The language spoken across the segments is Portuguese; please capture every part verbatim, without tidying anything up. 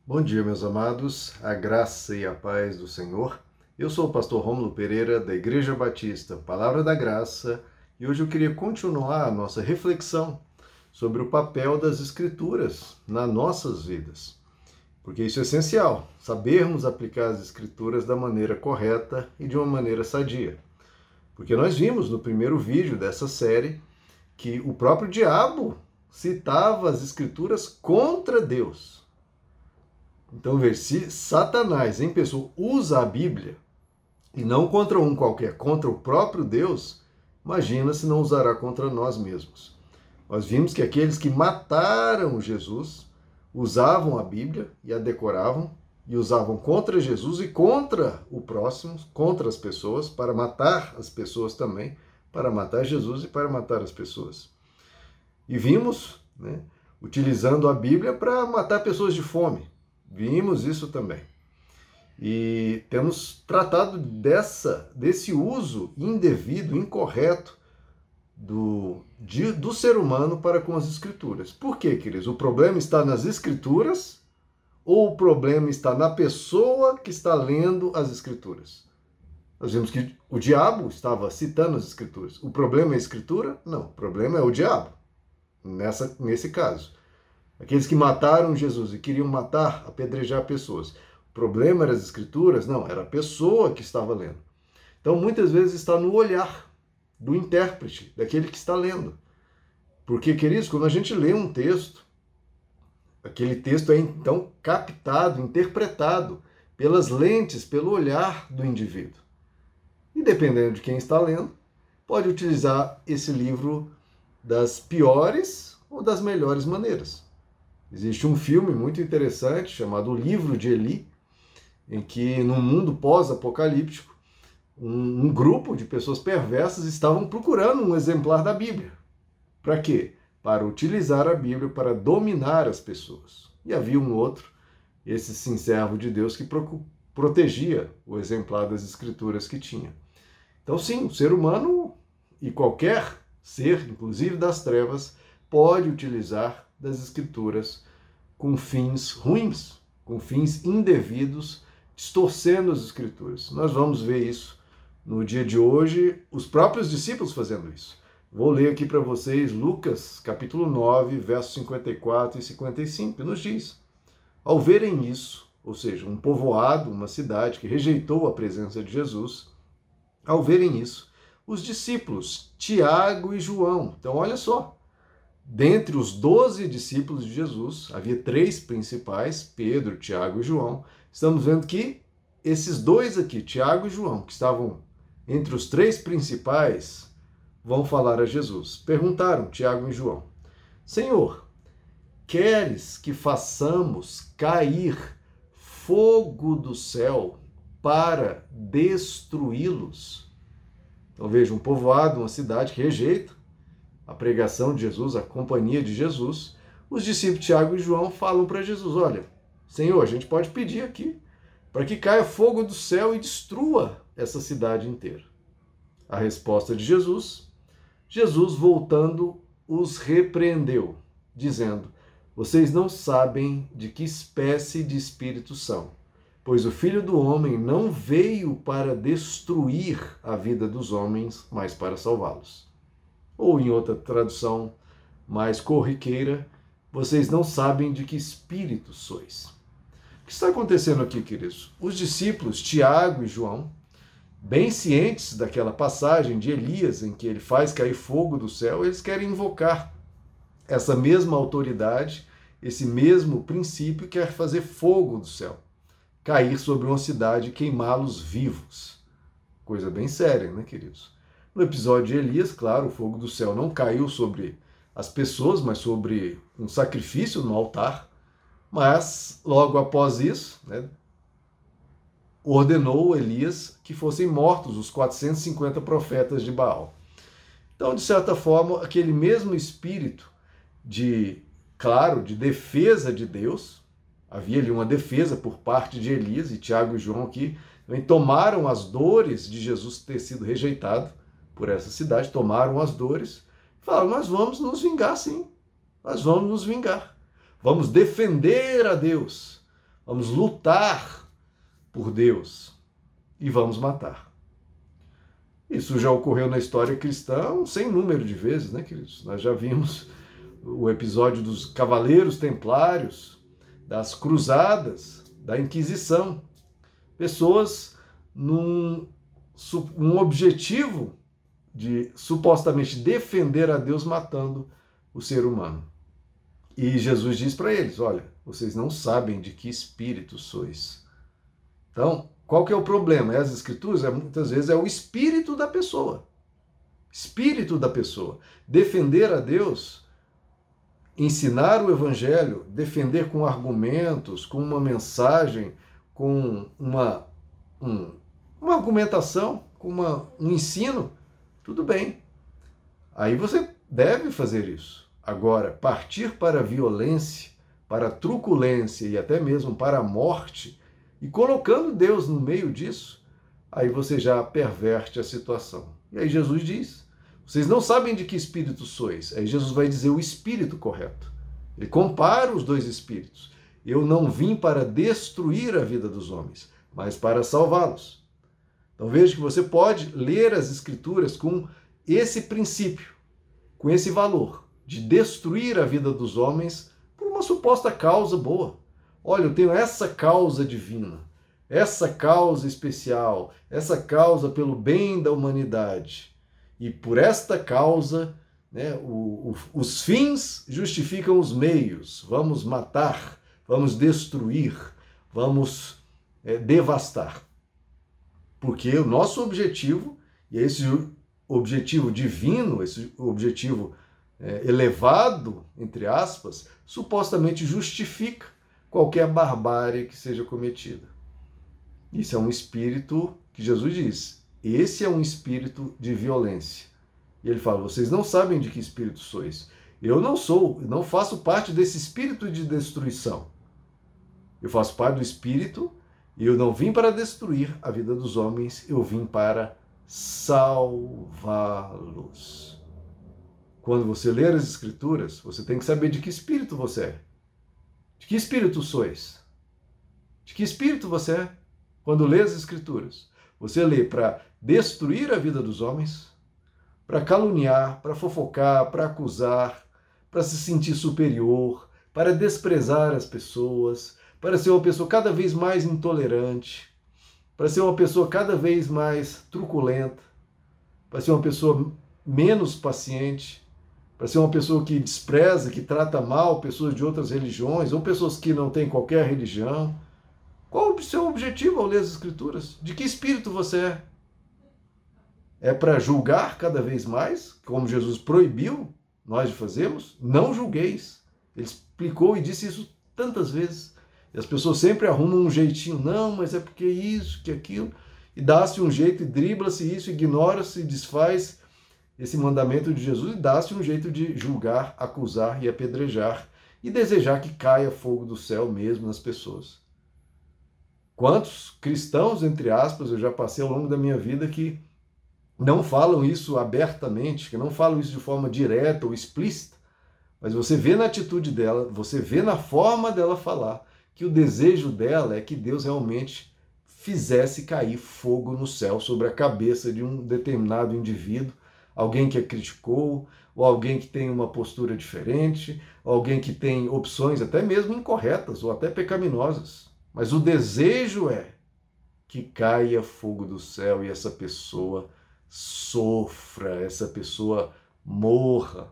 Bom dia, meus amados, a graça e a paz do Senhor. Eu sou o pastor Rômulo Pereira, da Igreja Batista Palavra da Graça, e hoje eu queria continuar a nossa reflexão sobre o papel das Escrituras nas nossas vidas. Porque isso é essencial, sabermos aplicar as Escrituras da maneira correta e de uma maneira sadia. Porque nós vimos no primeiro vídeo dessa série que o próprio diabo citava as Escrituras contra Deus. Então, veja, se Satanás, em pessoa, usa a Bíblia, e não contra um qualquer, contra o próprio Deus, imagina se não usará contra nós mesmos. Nós vimos que aqueles que mataram Jesus usavam a Bíblia e a decoravam, e usavam contra Jesus e contra o próximo, contra as pessoas, para matar as pessoas também, para matar Jesus e para matar as pessoas. E vimos, né, utilizando a Bíblia para matar pessoas de fome. Vimos isso também. E temos tratado dessa, desse uso indevido, incorreto do, de, do ser humano para com as Escrituras. Por quê, queridos? O problema está nas Escrituras ou o problema está na pessoa que está lendo as Escrituras? Nós vimos que o diabo estava citando as Escrituras. O problema é a Escritura? Não, o problema é o diabo, nessa, nesse caso. Aqueles que mataram Jesus e queriam matar, apedrejar pessoas. O problema era as Escrituras? Não, era a pessoa que estava lendo. Então, muitas vezes está no olhar do intérprete, daquele que está lendo. Porque, queridos, quando a gente lê um texto, aquele texto é então captado, interpretado pelas lentes, pelo olhar do indivíduo. E dependendo de quem está lendo, pode utilizar esse livro das piores ou das melhores maneiras. Existe um filme muito interessante chamado O Livro de Eli, em que, num mundo pós-apocalíptico, um, um grupo de pessoas perversas estavam procurando um exemplar da Bíblia. Para quê? Para utilizar a Bíblia para dominar as pessoas. E havia um outro, esse sim servo de Deus, que pro, protegia o exemplar das Escrituras que tinha. Então, sim, o ser humano e qualquer ser, inclusive das trevas, pode utilizar das Escrituras com fins ruins, com fins indevidos, distorcendo as Escrituras. Nós vamos ver isso no dia de hoje, os próprios discípulos fazendo isso. Vou ler aqui para vocês Lucas, capítulo nove, versos cinquenta e quatro e cinquenta e cinco, e nos diz: ao verem isso, ou seja, um povoado, uma cidade que rejeitou a presença de Jesus, ao verem isso, os discípulos, Tiago e João, então olha só, dentre os doze discípulos de Jesus, havia três principais, Pedro, Tiago e João. Estamos vendo que esses dois aqui, Tiago e João, que estavam entre os três principais, vão falar a Jesus. Perguntaram, Tiago e João: Senhor, queres que façamos cair fogo do céu para destruí-los? Então veja, um povoado, uma cidade que rejeita a pregação de Jesus, a companhia de Jesus. Os discípulos Tiago e João falam para Jesus: olha, Senhor, a gente pode pedir aqui para que caia fogo do céu e destrua essa cidade inteira. A resposta de Jesus: Jesus, voltando, os repreendeu, dizendo: vocês não sabem de que espécie de espírito são, pois o Filho do Homem não veio para destruir a vida dos homens, mas para salvá-los. Ou em outra tradução mais corriqueira, vocês não sabem de que espírito sois. O que está acontecendo aqui, queridos? Os discípulos, Tiago e João, bem cientes daquela passagem de Elias, em que ele faz cair fogo do céu, eles querem invocar essa mesma autoridade, esse mesmo princípio, quer fazer fogo do céu, cair sobre uma cidade e queimá-los vivos. Coisa bem séria, né, queridos? No episódio de Elias, claro, o fogo do céu não caiu sobre as pessoas, mas sobre um sacrifício no altar. Mas, logo após isso, né, ordenou Elias que fossem mortos os quatrocentos e cinquenta profetas de Baal. Então, de certa forma, aquele mesmo espírito de, claro, de defesa de Deus, havia ali uma defesa por parte de Elias, e Tiago e João aqui também tomaram as dores de Jesus ter sido rejeitado por essa cidade, tomaram as dores, e falaram: nós vamos nos vingar sim, nós vamos nos vingar, vamos defender a Deus, vamos lutar por Deus e vamos matar. Isso já ocorreu na história cristã um sem número de vezes, né, queridos? Nós já vimos o episódio dos Cavaleiros Templários, das Cruzadas, da Inquisição. Pessoas num um objetivo de supostamente defender a Deus matando o ser humano. E Jesus diz para eles, olha, vocês não sabem de que espírito sois. Então, qual que é o problema? É as escrituras? É, muitas vezes é o espírito da pessoa. Espírito da pessoa. Defender a Deus, ensinar o evangelho, defender com argumentos, com uma mensagem, com uma, um, uma argumentação, com uma, um ensino, tudo bem. Aí você deve fazer isso. Agora, partir para a violência, para a truculência e até mesmo para a morte, e colocando Deus no meio disso, aí você já perverte a situação. E aí Jesus diz, vocês não sabem de que espírito sois. Aí Jesus vai dizer o espírito correto. Ele compara os dois espíritos. Eu não vim para destruir a vida dos homens, mas para salvá-los. Então veja que você pode ler as escrituras com esse princípio, com esse valor, de destruir a vida dos homens por uma suposta causa boa. Olha, eu tenho essa causa divina, essa causa especial, essa causa pelo bem da humanidade. E por esta causa, né, o, o, os fins justificam os meios. Vamos matar, vamos destruir, vamos é, devastar. Porque o nosso objetivo, e esse objetivo divino, esse objetivo é, elevado, entre aspas, supostamente justifica qualquer barbárie que seja cometida. Isso é um espírito que Jesus diz, esse é um espírito de violência. E ele fala, vocês não sabem de que espírito sois. Eu não sou, não faço parte desse espírito de destruição. Eu faço parte do espírito e eu não vim para destruir a vida dos homens, eu vim para salvá-los. Quando você ler as escrituras, você tem que saber de que espírito você é. De que espírito sois? De que espírito você é? Quando lê as escrituras, você lê para destruir a vida dos homens, para caluniar, para fofocar, para acusar, para se sentir superior, para desprezar as pessoas, para ser uma pessoa cada vez mais intolerante, para ser uma pessoa cada vez mais truculenta, para ser uma pessoa menos paciente, para ser uma pessoa que despreza, que trata mal pessoas de outras religiões, ou pessoas que não têm qualquer religião. Qual o seu objetivo ao ler as Escrituras? De que espírito você é? É para julgar cada vez mais, como Jesus proibiu nós de fazermos? Não julgueis. Ele explicou e disse isso tantas vezes. E as pessoas sempre arrumam um jeitinho. Não, mas é porque isso, que aquilo. E dá-se um jeito, e dribla-se isso, ignora-se, desfaz esse mandamento de Jesus e dá-se um jeito de julgar, acusar e apedrejar e desejar que caia fogo do céu mesmo nas pessoas. Quantos cristãos, entre aspas, eu já passei ao longo da minha vida que não falam isso abertamente, que não falam isso de forma direta ou explícita, mas você vê na atitude dela, você vê na forma dela falar, que o desejo dela é que Deus realmente fizesse cair fogo no céu sobre a cabeça de um determinado indivíduo, alguém que a criticou, ou alguém que tem uma postura diferente, ou alguém que tem opções até mesmo incorretas ou até pecaminosas. Mas o desejo é que caia fogo do céu e essa pessoa sofra, essa pessoa morra.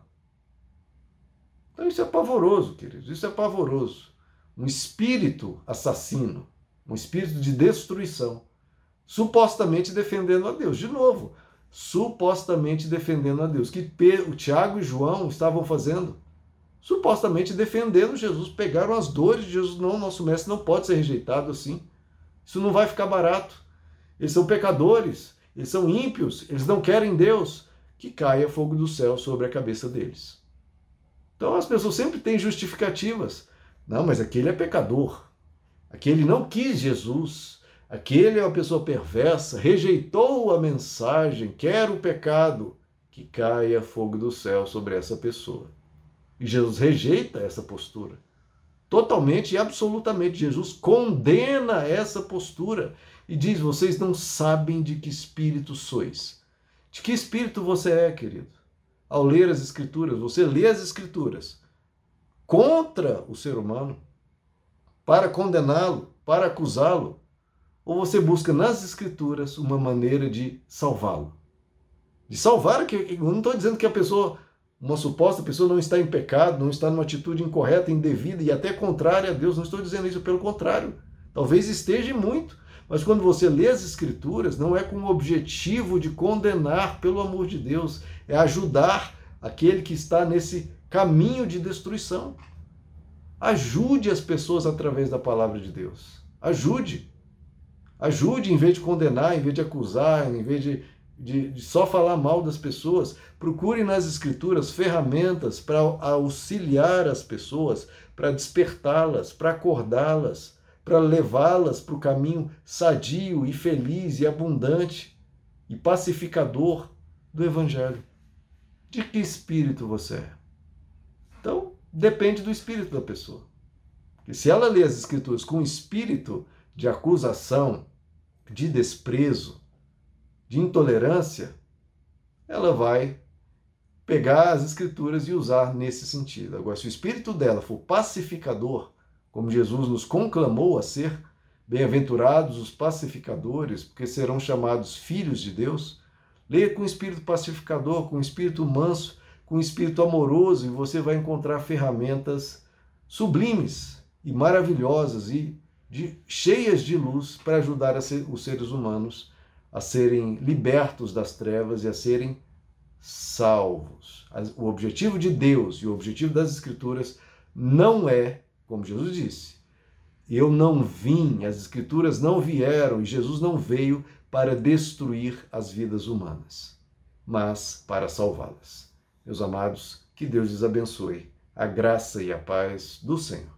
Então isso é pavoroso, queridos, isso é pavoroso. Um espírito assassino, um espírito de destruição, supostamente defendendo a Deus. De novo, supostamente defendendo a Deus. Que o Tiago e João estavam fazendo? Supostamente defendendo Jesus. Pegaram as dores de Jesus. Não, nosso mestre não pode ser rejeitado assim. Isso não vai ficar barato. Eles são pecadores, eles são ímpios, eles não querem Deus. Que caia fogo do céu sobre a cabeça deles. Então as pessoas sempre têm justificativas. Não, mas aquele é pecador. Aquele não quis Jesus. Aquele é uma pessoa perversa, rejeitou a mensagem, quer o pecado, que caia fogo do céu sobre essa pessoa. E Jesus rejeita essa postura. totalmente e absolutamente. Jesus condena essa postura e diz: vocês não sabem de que espírito sois. De que espírito você é, querido? Ao ler as Escrituras, você lê as Escrituras contra o ser humano, para condená-lo, para acusá-lo, ou você busca nas Escrituras uma maneira de salvá-lo? De salvar, que eu não estou dizendo que a pessoa, uma suposta pessoa não está em pecado, não está numa atitude incorreta, indevida e até contrária a Deus, não estou dizendo isso, pelo contrário, talvez esteja muito, mas quando você lê as Escrituras, não é com o objetivo de condenar, pelo amor de Deus, é ajudar aquele que está nesse caminho de destruição. Ajude as pessoas através da palavra de Deus. Ajude. Ajude em vez de condenar, em vez de acusar, em vez de, de, de só falar mal das pessoas. Procure nas Escrituras ferramentas para auxiliar as pessoas, para despertá-las, para acordá-las, para levá-las para o caminho sadio e feliz e abundante e pacificador do Evangelho. De que espírito você é? Então, depende do espírito da pessoa. Porque se ela lê as Escrituras com espírito de acusação, de desprezo, de intolerância, ela vai pegar as Escrituras e usar nesse sentido. Agora, se o espírito dela for pacificador, como Jesus nos conclamou a ser, bem-aventurados os pacificadores, porque serão chamados filhos de Deus, leia com espírito pacificador, com espírito manso, com espírito amoroso, e você vai encontrar ferramentas sublimes e maravilhosas e de, cheias de luz para ajudar a ser, os seres humanos a serem libertos das trevas e a serem salvos. O objetivo de Deus e o objetivo das Escrituras não é, como Jesus disse, eu não vim, as Escrituras não vieram e Jesus não veio para destruir as vidas humanas, mas para salvá-las. Meus amados, que Deus lhes abençoe. A graça e a paz do Senhor.